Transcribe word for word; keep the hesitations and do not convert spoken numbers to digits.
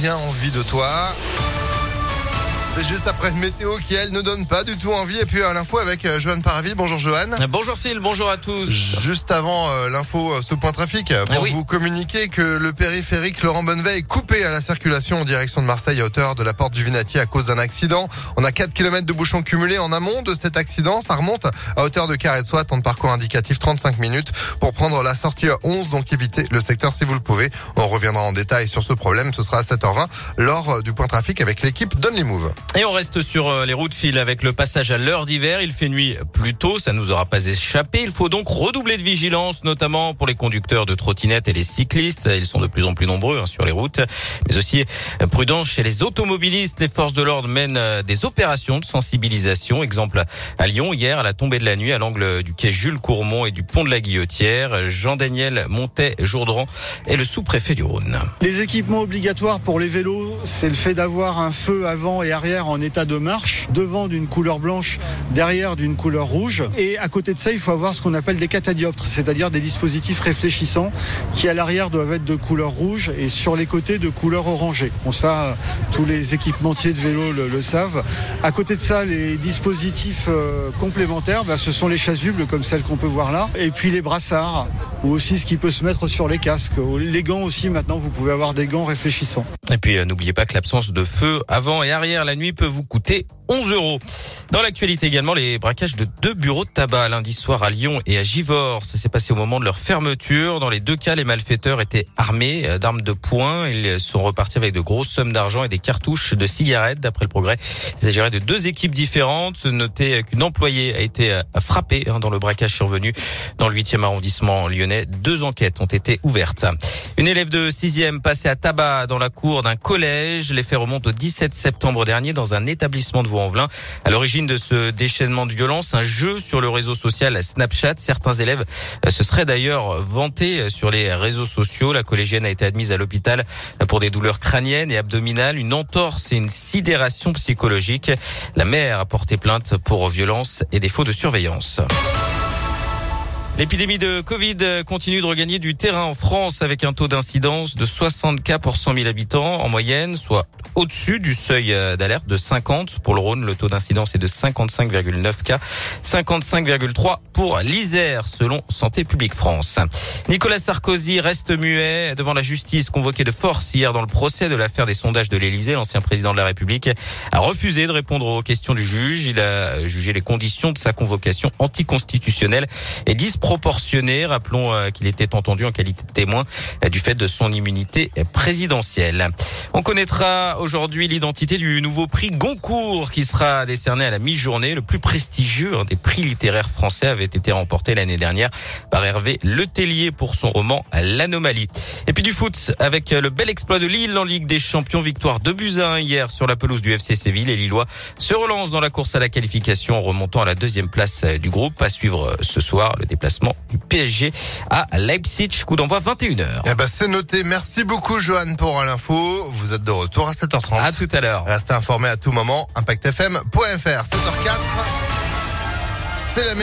rien envie de toi. C'est juste après une météo qui, elle, ne donne pas du tout envie. Et puis, euh, l'info avec euh, Johan Paravi. Bonjour, Johan. Bonjour Phil, bonjour à tous. Juste avant euh, l'info, euh, ce point trafic, pour ah oui. vous communiquer que le périphérique Laurent Bonnevet est coupé à la circulation en direction de Marseille à hauteur de la porte du Vinatier à cause d'un accident. On a quatre kilomètres de bouchons cumulés en amont de cet accident. Ça remonte à hauteur de Carré de Soie, temps de parcours indicatif trente-cinq minutes pour prendre la sortie onze, donc évitez le secteur si vous le pouvez. On reviendra en détail sur ce problème. Ce sera à sept heures vingt lors du point trafic avec l'équipe d'Only Move. Et on reste sur les routes, Phil, avec le passage à l'heure d'hiver. Il fait nuit plus tôt, ça nous aura pas échappé. Il faut donc redoubler de vigilance, notamment pour les conducteurs de trottinettes et les cyclistes. Ils sont de plus en plus nombreux hein, sur les routes. Mais aussi prudent chez les automobilistes. Les forces de l'ordre mènent des opérations de sensibilisation. Exemple à Lyon, hier, à la tombée de la nuit, à l'angle du quai Jules Courmont et du pont de la Guillotière. Jean-Daniel Montet-Jourdran est le sous-préfet du Rhône. Les équipements obligatoires pour les vélos, c'est le fait d'avoir un feu avant et arrière en état de marche, devant d'une couleur blanche, derrière d'une couleur rouge. Et à côté de ça, il faut avoir ce qu'on appelle des catadioptres, c'est-à-dire des dispositifs réfléchissants qui à l'arrière doivent être de couleur rouge et sur les côtés de couleur orangée. Bon, ça, tous les équipementiers de vélo le, le savent. À côté de ça, les dispositifs euh, complémentaires, bah, ce sont les chasubles comme celles qu'on peut voir là, et puis les brassards, ou aussi ce qui peut se mettre sur les casques. Les gants aussi, maintenant, vous pouvez avoir des gants réfléchissants. Et puis, euh, n'oubliez pas que l'absence de feu avant et arrière la nuit peut vous coûter onze euros. Dans l'actualité également, les braquages de deux bureaux de tabac lundi soir à Lyon et à Givors. Ça s'est passé au moment de leur fermeture. Dans les deux cas, les malfaiteurs étaient armés d'armes de poing. Ils sont repartis avec de grosses sommes d'argent et des cartouches de cigarettes. D'après le Progrès, il s'agirait de deux équipes différentes. Notez qu'une employée a été frappée dans le braquage survenu dans le huitième arrondissement lyonnais. Deux enquêtes ont été ouvertes. Une élève de sixième passée à tabac dans la cour d'un collège. Les faits remontent au dix-sept septembre dernier dans un établissement de Vaux-en-Velin. À l'origine de ce déchaînement de violence, un jeu sur le réseau social Snapchat. Certains élèves se seraient d'ailleurs vantés sur les réseaux sociaux. La collégienne a été admise à l'hôpital pour des douleurs crâniennes et abdominales, une entorse et une sidération psychologique. La mère a porté plainte pour violence et défaut de surveillance. L'épidémie de Covid continue de regagner du terrain en France avec un taux d'incidence de soixante cas pour cent mille habitants en moyenne, soit au-dessus du seuil d'alerte de cinquante. Pour le Rhône, le taux d'incidence est de cinquante-cinq virgule neuf cas, cinquante-cinq virgule trois pour l'Isère, selon Santé publique France. Nicolas Sarkozy reste muet devant la justice, convoqué de force hier dans le procès de l'affaire des sondages de l'Élysée. L'ancien président de la République a refusé de répondre aux questions du juge. Il a jugé les conditions de sa convocation anticonstitutionnelles et disproportionnées. Rappelons qu'il était entendu en qualité de témoin du fait de son immunité présidentielle. On connaîtra aujourd'hui l'identité du nouveau prix Goncourt qui sera décerné à la mi-journée. Le plus prestigieux des prix littéraires français avait été remporté l'année dernière par Hervé Letellier pour son roman L'Anomalie. Et puis du foot avec le bel exploit de Lille en Ligue des Champions, victoire deux buts à un hier sur la pelouse du F C Séville. Les Lillois se relancent dans la course à la qualification en remontant à la deuxième place du groupe. À suivre ce soir le déplacement du P S G à Leipzig, coup d'envoi vingt et une heures. Eh ben, c'est noté. Merci beaucoup, Johan, pour l'info. Vous êtes de retour à sept heures trente. À tout à l'heure. Restez informés à tout moment. impact f m point f r, sept heures quatre. C'est la